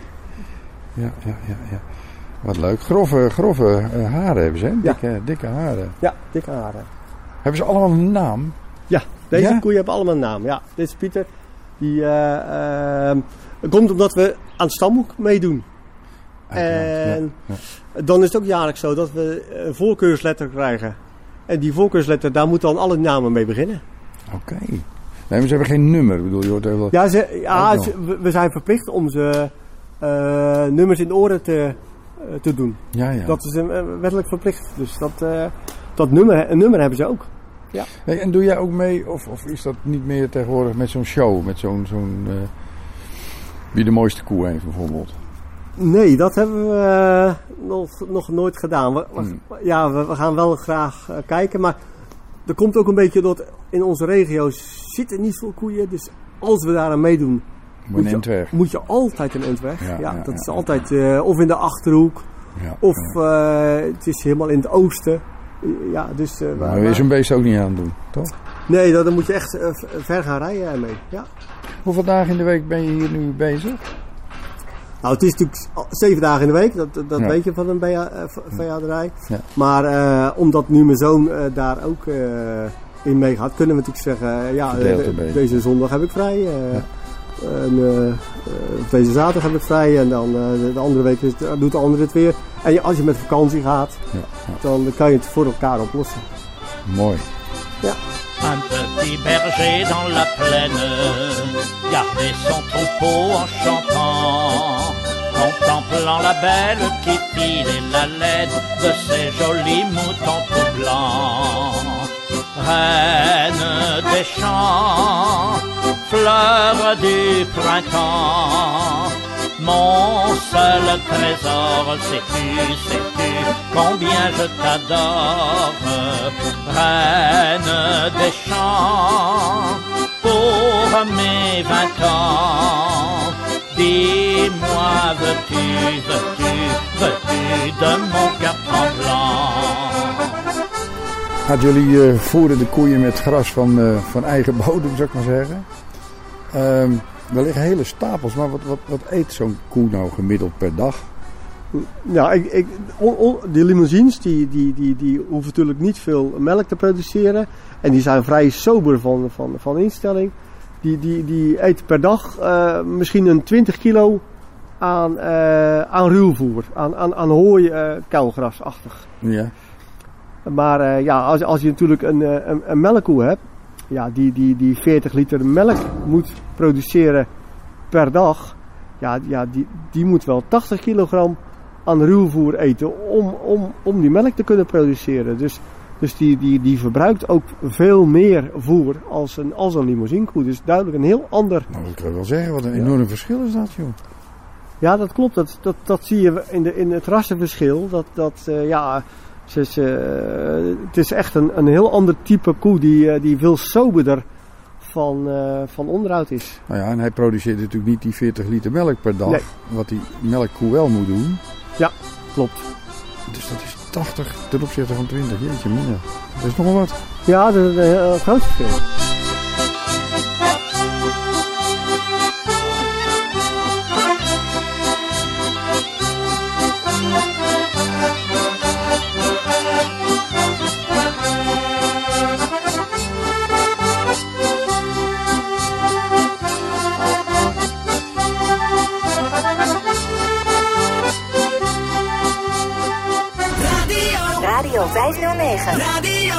Wat leuk. Grove haren hebben ze, hè? Dikke haren. Ja, dikke haren. Hebben ze allemaal een naam? Ja, deze koeien hebben allemaal een naam. Ja, dit is Pieter. Die komt omdat we aan het stamboek meedoen. En dan is het ook jaarlijks zo dat we een voorkeursletter krijgen. En die voorkeursletter, daar moeten dan alle namen mee beginnen. Oké. Nee, maar ze hebben geen nummer. Ik bedoel, je hoort heel... we zijn verplicht om ze nummers in de oren te doen. Ja. Dat is wettelijk verplicht. Dus een nummer hebben ze ook. Ja. Hey, en doe jij ook mee, of is dat niet meer tegenwoordig met zo'n show? Met zo'n wie de mooiste koe heeft bijvoorbeeld? Nee, dat hebben we nog nooit gedaan. We gaan wel graag kijken, maar dat komt ook een beetje door in onze regio zitten niet veel koeien. Dus als we daar aan meedoen, moet je altijd een end weg. Dat is altijd of in de Achterhoek, of het is helemaal in het oosten. Ja, dus, maar is een beest ook niet aan het doen, toch? Nee, dan moet je echt ver gaan rijden mee. Ja. Hoeveel dagen in de week ben je hier nu bezig? Nou, het is natuurlijk 7 dagen in de week, dat weet je van een veehouderij. Ja. Maar omdat nu mijn zoon daar ook in meegaat, kunnen we natuurlijk zeggen, deze zondag heb ik vrij. Deze zaterdag heb ik vrij en dan de andere week doet de andere het weer. En als je met vakantie gaat, dan kan je het voor elkaar oplossen. Mooi. Ja. Un petit berger dans la plaine gardait son troupeau en chantant, contemplant la belle qui tire et la laide de ses jolis moutons tout blancs. Reine des champs, fleur du printemps, mon seul trésor, sais-tu combien je t'adore, reine des champs, pour mes 20 ans. Dis-moi, veux-tu de mon cœur tremblant? Jullie voeren de koeien met gras van eigen bodem, zou ik maar zeggen. Er liggen hele stapels, maar wat eet zo'n koe nou gemiddeld per dag? Ja, die limousines die hoeven natuurlijk niet veel melk te produceren. En die zijn vrij sober van instelling. Die eten per dag misschien een 20 kilo aan ruwvoer. Aan hooi, kuilgrasachtig. Ja. Maar als je natuurlijk een melkkoe hebt, die 40 liter melk moet produceren per dag, die moet wel 80 kilogram aan ruwvoer eten om die melk te kunnen produceren. Dus die verbruikt ook veel meer voer als een limousinekoe. Dus duidelijk een heel ander... Nou, dat kan je wel zeggen. Wat een enorm verschil is dat, joh. Ja, dat klopt. Dat zie je in het rassenverschil. Het is echt een heel ander type koe die veel soberder van onderhoud is. Nou ja, en hij produceert natuurlijk niet die 40 liter melk per dag. Nee. Wat die melkkoe wel moet doen. Ja, klopt. Dus dat is 80 ten opzichte van 20. Jeetje, man. Dat is nogal wat. Ja, dat is een groot verschil. Radio 509. Radio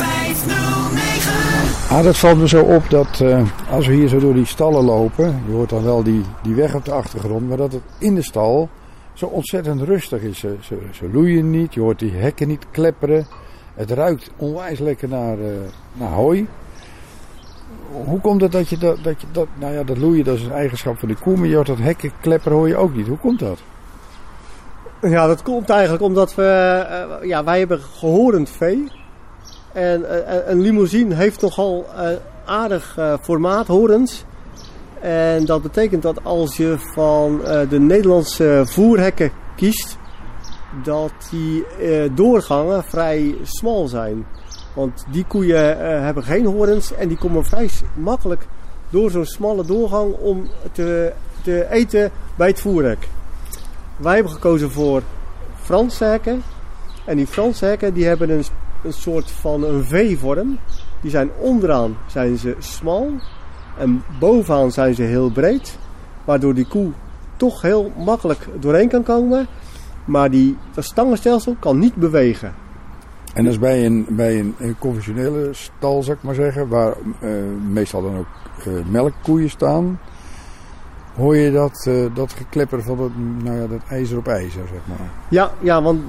509. Dat valt me zo op dat als we hier zo door die stallen lopen, je hoort dan wel die weg op de achtergrond, maar dat het in de stal zo ontzettend rustig is. Ze loeien niet, je hoort die hekken niet klepperen. Het ruikt onwijs lekker naar hooi. Hoe komt het dat je dat loeien, dat is een eigenschap van de koe, maar je hoort dat hekken klepperen hoor je ook niet. Hoe komt dat? Ja, dat komt eigenlijk omdat wij hebben gehorend vee. En een limousine heeft nogal aardig formaat horens. En dat betekent dat als je van de Nederlandse voerhekken kiest, dat die doorgangen vrij smal zijn. Want die koeien hebben geen horens en die komen vrij makkelijk door zo'n smalle doorgang om te eten bij het voerhek. Wij hebben gekozen voor Franse hekken. En die Franse hekken die hebben een soort van een V-vorm. Die zijn onderaan zijn ze smal en bovenaan zijn ze heel breed. Waardoor die koe toch heel makkelijk doorheen kan komen. Maar dat stangenstelsel kan niet bewegen. En dat is bij een conventionele stal, zou ik maar zeggen, waar meestal dan ook melkkoeien staan. Hoor je dat geklepper van dat ijzer op ijzer, zeg maar? Ja, want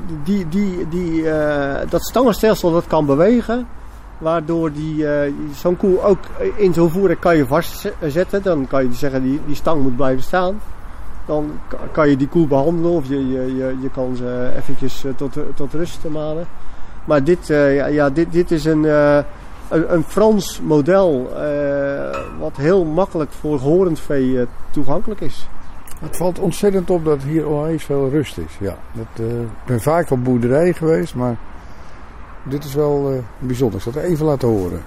dat stangenstelsel dat kan bewegen. Waardoor zo'n koe ook in zo'n voerhek kan je vastzetten. Dan kan je zeggen die stang moet blijven staan. Dan kan je die koe behandelen of je kan ze eventjes tot rust manen. Maar dit is een Frans model wat heel makkelijk voor gehorend vee toegankelijk is. Het valt ontzettend op dat hier onwijs veel rust is. Ja, ik ben vaak op boerderijen geweest, maar dit is wel bijzonder. Ik zal het even laten horen.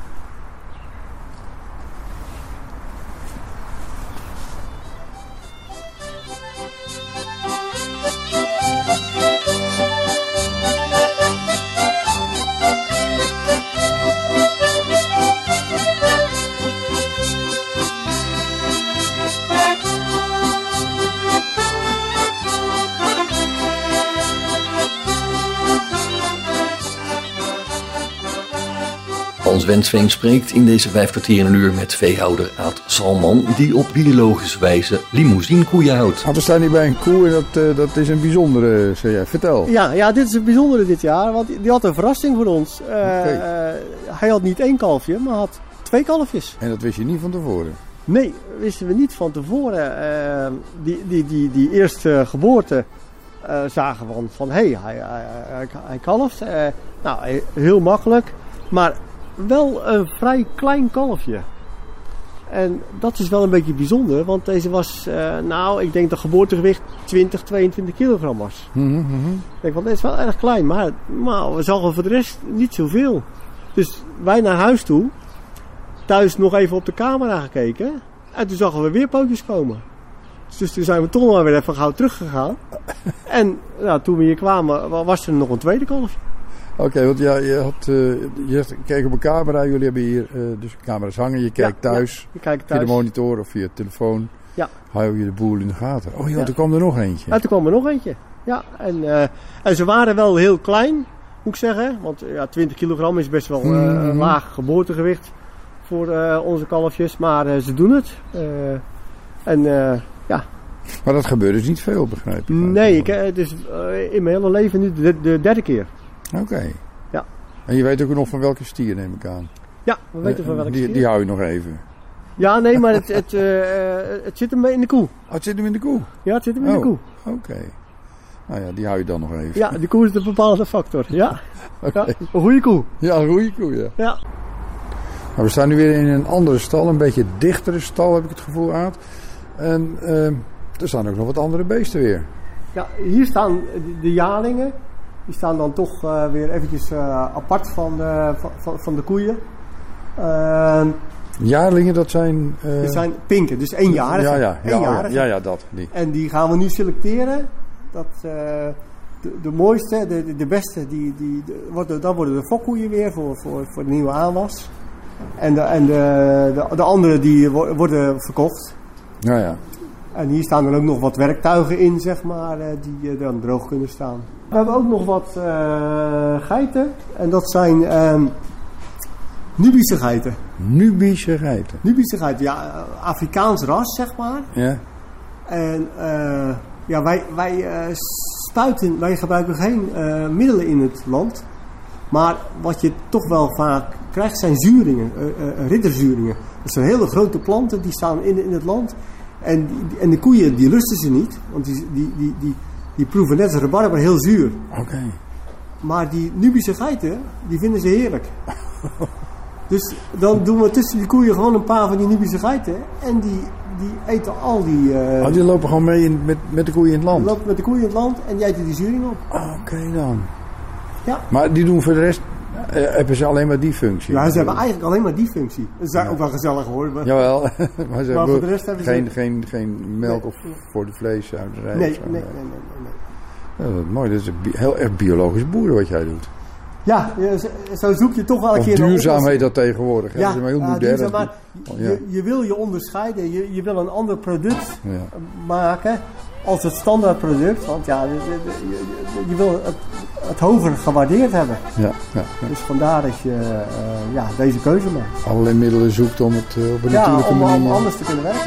Hans Wensveen spreekt in deze 5 kwartier in een uur met veehouder Aad Salman, die op biologische wijze limousinekoeien houdt. We staan hier bij een koe en dat is een bijzondere, zei jij. Vertel. Ja, dit is een bijzondere dit jaar, want die had een verrassing voor ons. Hij had niet 1 kalfje, maar had 2 kalfjes. En dat wist je niet van tevoren? Nee, wisten we niet van tevoren. Die eerste geboorte zagen we van hij kalft. Heel makkelijk, maar wel een vrij klein kalfje. En dat is wel een beetje bijzonder, want deze was, ik denk dat geboortegewicht 20, 22 kilogram was. Ik denk, want dit is wel erg klein, maar we zagen voor de rest niet zoveel. Dus wij naar huis toe, thuis nog even op de camera gekeken en toen zagen we weer pootjes komen. Dus toen zijn we toch nog weer even gauw teruggegaan. En toen we hier kwamen, was er nog een tweede kalfje. Oké, want je keek op een camera. Jullie hebben hier dus camera's hangen. Je kijkt thuis, je kijkt via de monitor of via telefoon. Ja. Hou je de boel in de gaten. Oh ja, toen kwam er nog eentje. Ja, toen kwam er nog eentje. Ja, en ze waren wel heel klein, moet ik zeggen. Want 20 kilogram is best wel een laag geboortegewicht voor onze kalfjes. Maar ze doen het. Maar dat gebeurt dus niet veel, begrijp ik? Nee, het is in mijn hele leven nu de 3e keer. Oké. Ja. En je weet ook nog van welke stier, neem ik aan? Ja, we weten van welke stier. Die hou je nog even? Ja, nee, maar het zit hem in de koe. Oh, het zit hem in de koe? Ja, het zit hem in de koe. Oké. Nou ja, die hou je dan nog even. Ja, die koe is de bepalende factor. Ja. Okay. Ja, een goede koe. Ja, een goede koe, ja. Ja. Nou, we staan nu weer in een andere stal, een beetje dichtere stal, heb ik het gevoel, Aad. En er staan ook nog wat andere beesten weer. Ja, hier staan de jaarlingen. Die staan dan toch weer eventjes apart van de koeien. Jaarlingen, dat zijn... Dat zijn pinken, dus 1-jarige. Ja, dat. Die. En die gaan we nu selecteren. Dat, de mooiste, de beste, dan worden de fokkoeien weer voor de nieuwe aanwas. En de andere die worden verkocht. Ja. En hier staan er ook nog wat werktuigen in, zeg maar, die dan droog kunnen staan. We hebben ook nog wat geiten. En dat zijn Nubische geiten. Nubische geiten? Nubische geiten, ja. Afrikaans ras, zeg maar. Ja. En wij gebruiken geen middelen in het land. Maar wat je toch wel vaak krijgt zijn zuringen, ridderzuringen. Dat zijn hele grote planten, die staan in het land. En de koeien, die lusten ze niet. Want die proeven net als rabarber heel zuur. Oké. Maar die Nubische geiten, die vinden ze heerlijk. Dus dan doen we tussen die koeien gewoon een paar van die Nubische geiten. En die eten al die... die lopen gewoon mee met de koeien in het land? Die lopen met de koeien in het land en die eten die zuring op. Oké dan. Ja. Maar die doen voor de rest... hebben ze alleen maar die functie? Ja, ze hebben eigenlijk alleen maar die functie. Dat is ook wel gezellig hoor. Jawel, maar ze hebben voor de rest hebben ze... geen melk of voor de vleeshouderij? Nee. Ja, dat is mooi, dat is heel erg biologisch boeren wat jij doet. Ja, zo zoek je toch wel een keer... Of duurzaam heet dat tegenwoordig. Ja, dat is maar heel modern. Duurzaam, maar je wil je onderscheiden. Je wil een ander product maken als het standaardproduct. Want je wil het hoger gewaardeerd hebben. Ja. Dus vandaar dat je deze keuze maakt. Allerlei middelen zoekt om het op een natuurlijke manier... om anders te kunnen werken.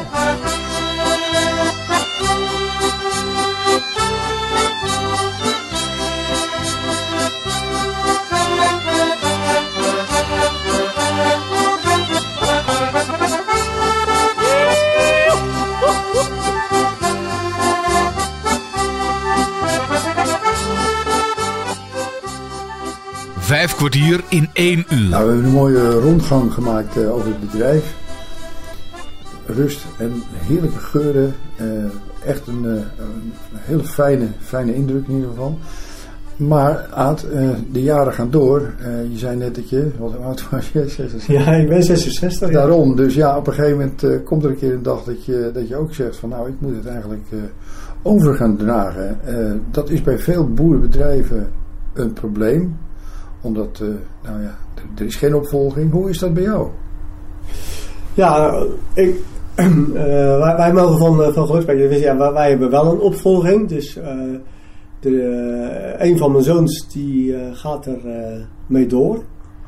5 kwartier in 1 uur. Nou, we hebben een mooie rondgang gemaakt over het bedrijf. Rust en heerlijke geuren. Echt een hele fijne indruk in ieder geval. Maar Aad, de jaren gaan door. Je zei net dat je, wat oud was je? 66? Ja, ik ben 66. Daarom, dus ja, op een gegeven moment komt er een keer een dag dat je ook zegt van nou, ik moet het eigenlijk over gaan dragen. Dat is bij veel boerenbedrijven een probleem. Omdat, er is geen opvolging. Hoe is dat bij jou? Ja, wij mogen van geluk spreken. Dus ja, wij hebben wel een opvolging. Dus een van mijn zoons die gaat er mee door.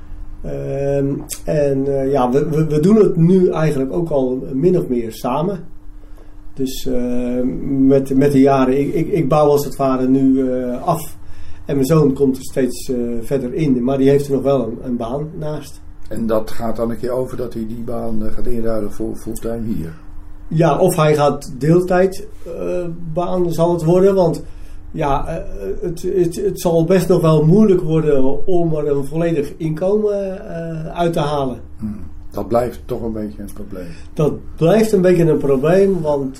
We doen het nu eigenlijk ook al min of meer samen. Dus met de jaren, ik bouw als het ware nu af. En mijn zoon komt er steeds verder in. Maar die heeft er nog wel een baan naast. En dat gaat dan een keer over dat hij die baan gaat inruilen voor fulltime hier? Ja, of hij gaat deeltijd baan zal het worden. Want ja, het zal best nog wel moeilijk worden om er een volledig inkomen uit te halen. Dat blijft toch een beetje een probleem. Dat blijft een beetje een probleem, want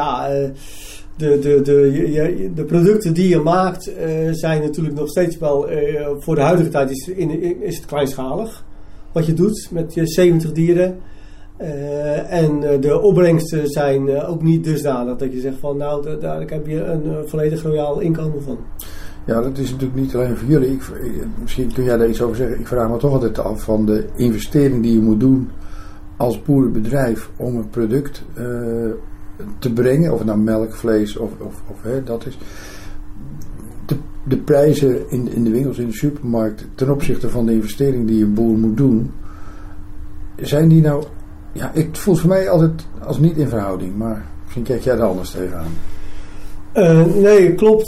de producten die je maakt zijn natuurlijk nog steeds wel, voor de huidige tijd is het kleinschalig. Wat je doet met je 70 dieren. En de opbrengsten zijn ook niet dusdanig dat je zegt van nou, daar heb je een volledig royaal inkomen van. Ja, dat is natuurlijk niet alleen voor jullie. Misschien kun jij daar iets over zeggen. Ik vraag me toch altijd af van de investering die je moet doen als boerenbedrijf om een product te brengen. Of het nou melk, vlees of dat is. De prijzen in de winkels, in de supermarkt ten opzichte van de investering die een boer moet doen. Zijn die nou... Ja, het voelt voor mij altijd als niet in verhouding. Maar misschien kijk jij er anders tegenaan. Nee, klopt.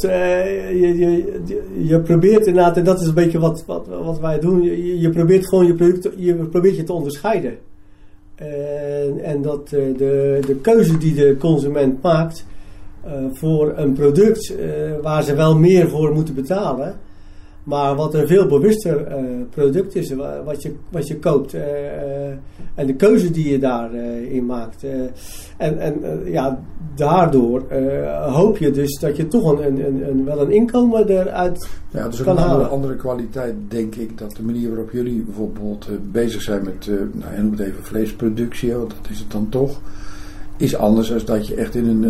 Je probeert inderdaad, en dat is een beetje wat wij doen. Je probeert gewoon je product, je probeert je te onderscheiden. En dat de keuze die de consument maakt voor een product waar ze wel meer voor moeten betalen, maar wat een veel bewuster product is wat je koopt. En de keuze die je daarin maakt. Daardoor hoop je dus dat je toch wel een inkomen eruit ja, dus kan halen. Een andere kwaliteit, denk ik, dat de manier waarop jullie bijvoorbeeld bezig zijn met, noem het even, vleesproductie, want dat is het dan toch, is anders dan dat je echt in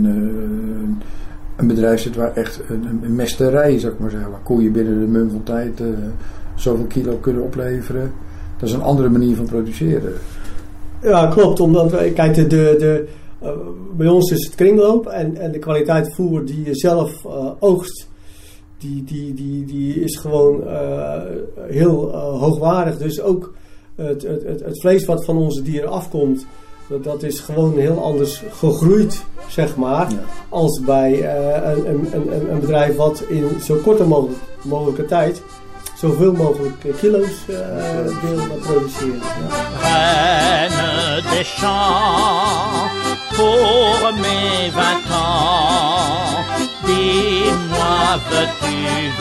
een bedrijf zit waar echt een mesterij, zou ik maar zeggen, waar koeien binnen de mum van tijd zoveel kilo kunnen opleveren. Dat is een andere manier van produceren. Ja, klopt. Omdat kijk, bij ons is het kringloop en de kwaliteit voer die je zelf oogst, die is gewoon heel hoogwaardig. Dus ook het vlees wat van onze dieren afkomt, dat is gewoon heel anders gegroeid, zeg maar, ja, als bij een bedrijf wat in zo korte mogelijke tijd zoveel mogelijk kilo's wil produceren. Reine des champs pour mes 20 ans. Dis-moi, veux-tu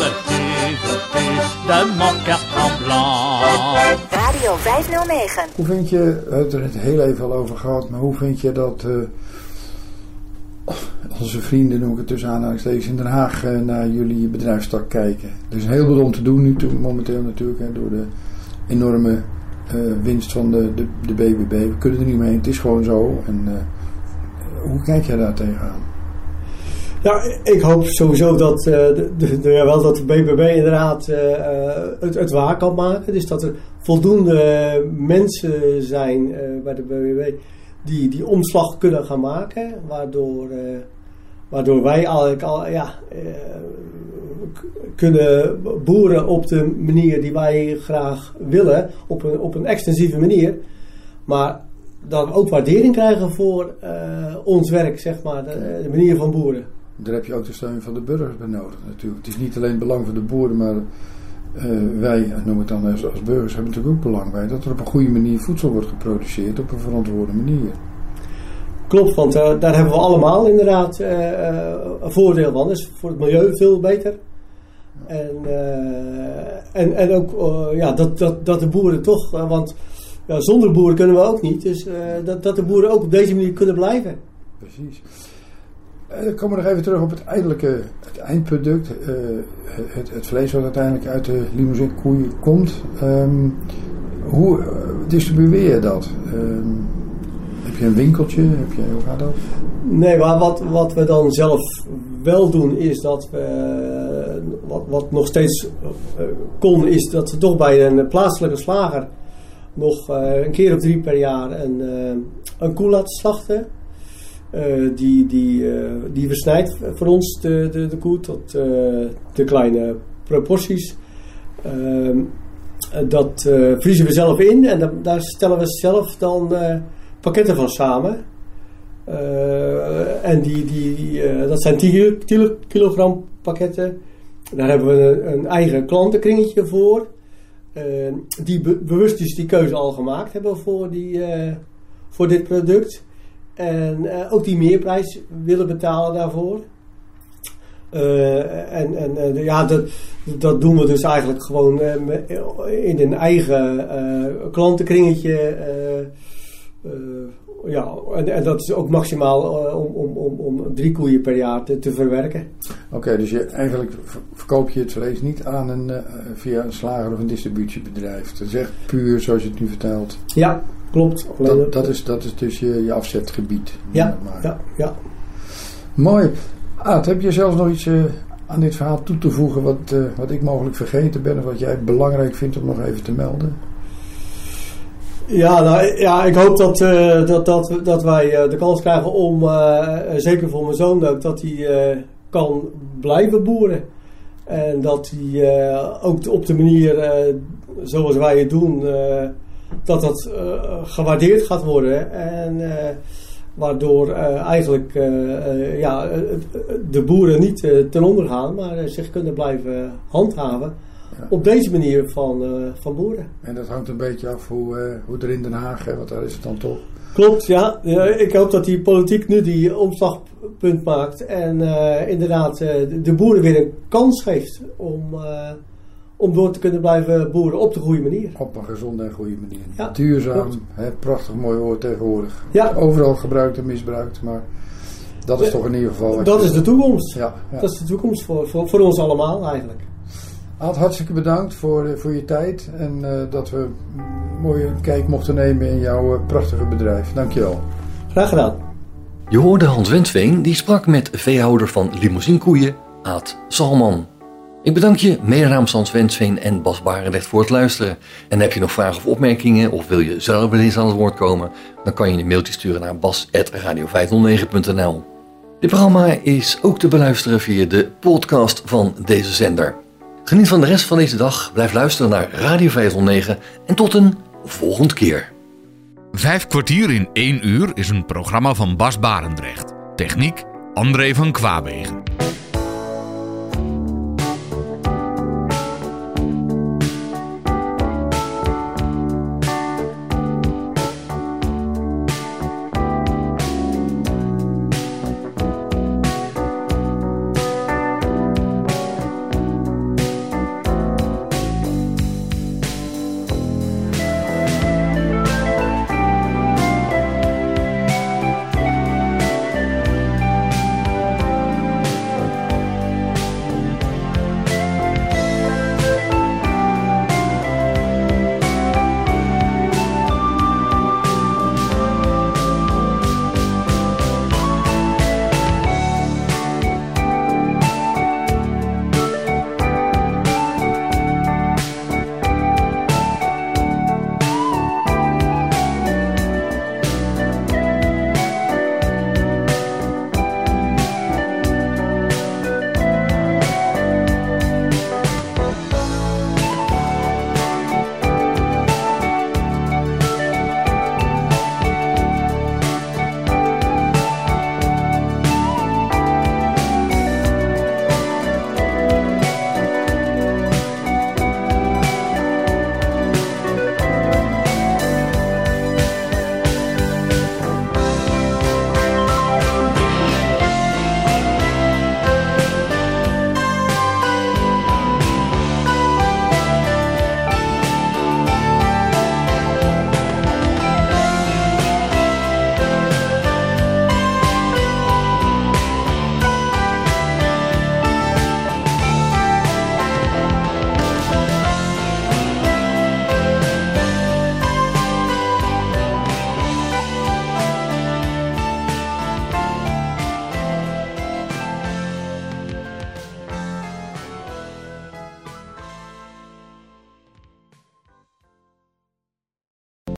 de mon cœur tremblant. Radio 509. Hoe vind je, we hebben het er heel even al over gehad, maar hoe vind je dat onze vrienden, noem ik het tussen aanhalingstekens, in Den Haag naar jullie bedrijfstak kijken? Er is heel veel om te doen nu momenteel natuurlijk, door de enorme winst van de BBB. We kunnen er niet mee, het is gewoon zo. En hoe kijk jij daar tegenaan? Ja, ik hoop sowieso dat de BBB inderdaad het waar kan maken. Dus dat er voldoende mensen zijn bij de BBB die omslag kunnen gaan maken. Waardoor wij eigenlijk kunnen boeren op de manier die wij graag willen. Op een extensieve manier. Maar dan ook waardering krijgen voor ons werk, zeg maar. De manier van boeren. Daar heb je ook de steun van de burgers bij nodig natuurlijk. Het is niet alleen het belang van de boeren, maar wij, noem het dan als burgers, hebben natuurlijk ook belang bij dat er op een goede manier voedsel wordt geproduceerd, op een verantwoorde manier. Klopt, want daar hebben we allemaal inderdaad een voordeel van. Dus voor het milieu veel beter. En ook dat de boeren toch, want zonder boeren kunnen we ook niet. Dus dat de boeren ook op deze manier kunnen blijven. Precies. Dan komen we nog even terug op het eindproduct. Het vlees wat uiteindelijk uit de Limousin koeien komt. Hoe distribueer je dat? Heb je een winkeltje? Hoe gaat dat? Nee, maar wat we dan zelf wel doen is dat we, wat nog steeds kon, is dat we toch bij een plaatselijke slager nog een keer of 3 per jaar een koe laten slachten. Die versnijdt voor ons de koe tot de kleine proporties. Dat vriezen we zelf in en daar stellen we zelf dan pakketten van samen. En dat zijn 10 kilogram pakketten. Daar hebben we een eigen klantenkringetje voor. Die bewust dus die keuze al gemaakt hebben voor dit product. En ook die meerprijs willen betalen daarvoor. Dat doen we dus eigenlijk gewoon in een eigen klantenkringetje. En dat is ook maximaal om 3 koeien per jaar te verwerken. Oké, dus eigenlijk verkoop je het vlees niet aan via een slager of een distributiebedrijf. Het is echt puur zoals je het nu vertelt. Ja, klopt. Dat is dus je afzetgebied. Ja. Mooi. Aad, heb je zelfs nog iets aan dit verhaal toe te voegen wat ik mogelijk vergeten ben of wat jij belangrijk vindt om nog even te melden? Ja, ik hoop dat wij de kans krijgen om, zeker voor mijn zoon ook, dat hij kan blijven boeren. En dat hij ook op de manier zoals wij het doen, dat gewaardeerd gaat worden. En waardoor eigenlijk de boeren niet ten onder gaan, maar zich kunnen blijven handhaven. Ja. Op deze manier van boeren. En dat hangt een beetje af hoe er in Den Haag, want daar is het dan toch. Klopt, ja. Ik hoop dat die politiek nu die omslagpunt maakt en inderdaad de boeren weer een kans geeft om door te kunnen blijven boeren op de goede manier. Op een gezonde en goede manier. Ja, duurzaam, prachtig mooi woord tegenwoordig. Ja. Overal gebruikt en misbruikt, maar dat is toch in ieder geval. Dat is de toekomst. Ja. Dat is de toekomst voor ons allemaal eigenlijk. Aad, hartstikke bedankt voor je tijd en dat we een mooie kijk mochten nemen in jouw prachtige bedrijf. Dankjewel. Graag gedaan. Je hoorde Hans Wensveen, die sprak met veehouder van Limousinkoeien, Aad Salman. Ik bedank je, mede namens Hans Wensveen en Bas Barendrecht voor het luisteren. En heb je nog vragen of opmerkingen of wil je zelf wel eens aan het woord komen, dan kan je een mailtje sturen naar bas@radio509.nl. Dit programma is ook te beluisteren via de podcast van deze zender. Geniet van de rest van deze dag, blijf luisteren naar Radio 509 en tot een volgende keer. 5 kwartier in 1 uur is een programma van Bas Barendrecht. Techniek André van Kwaabegen.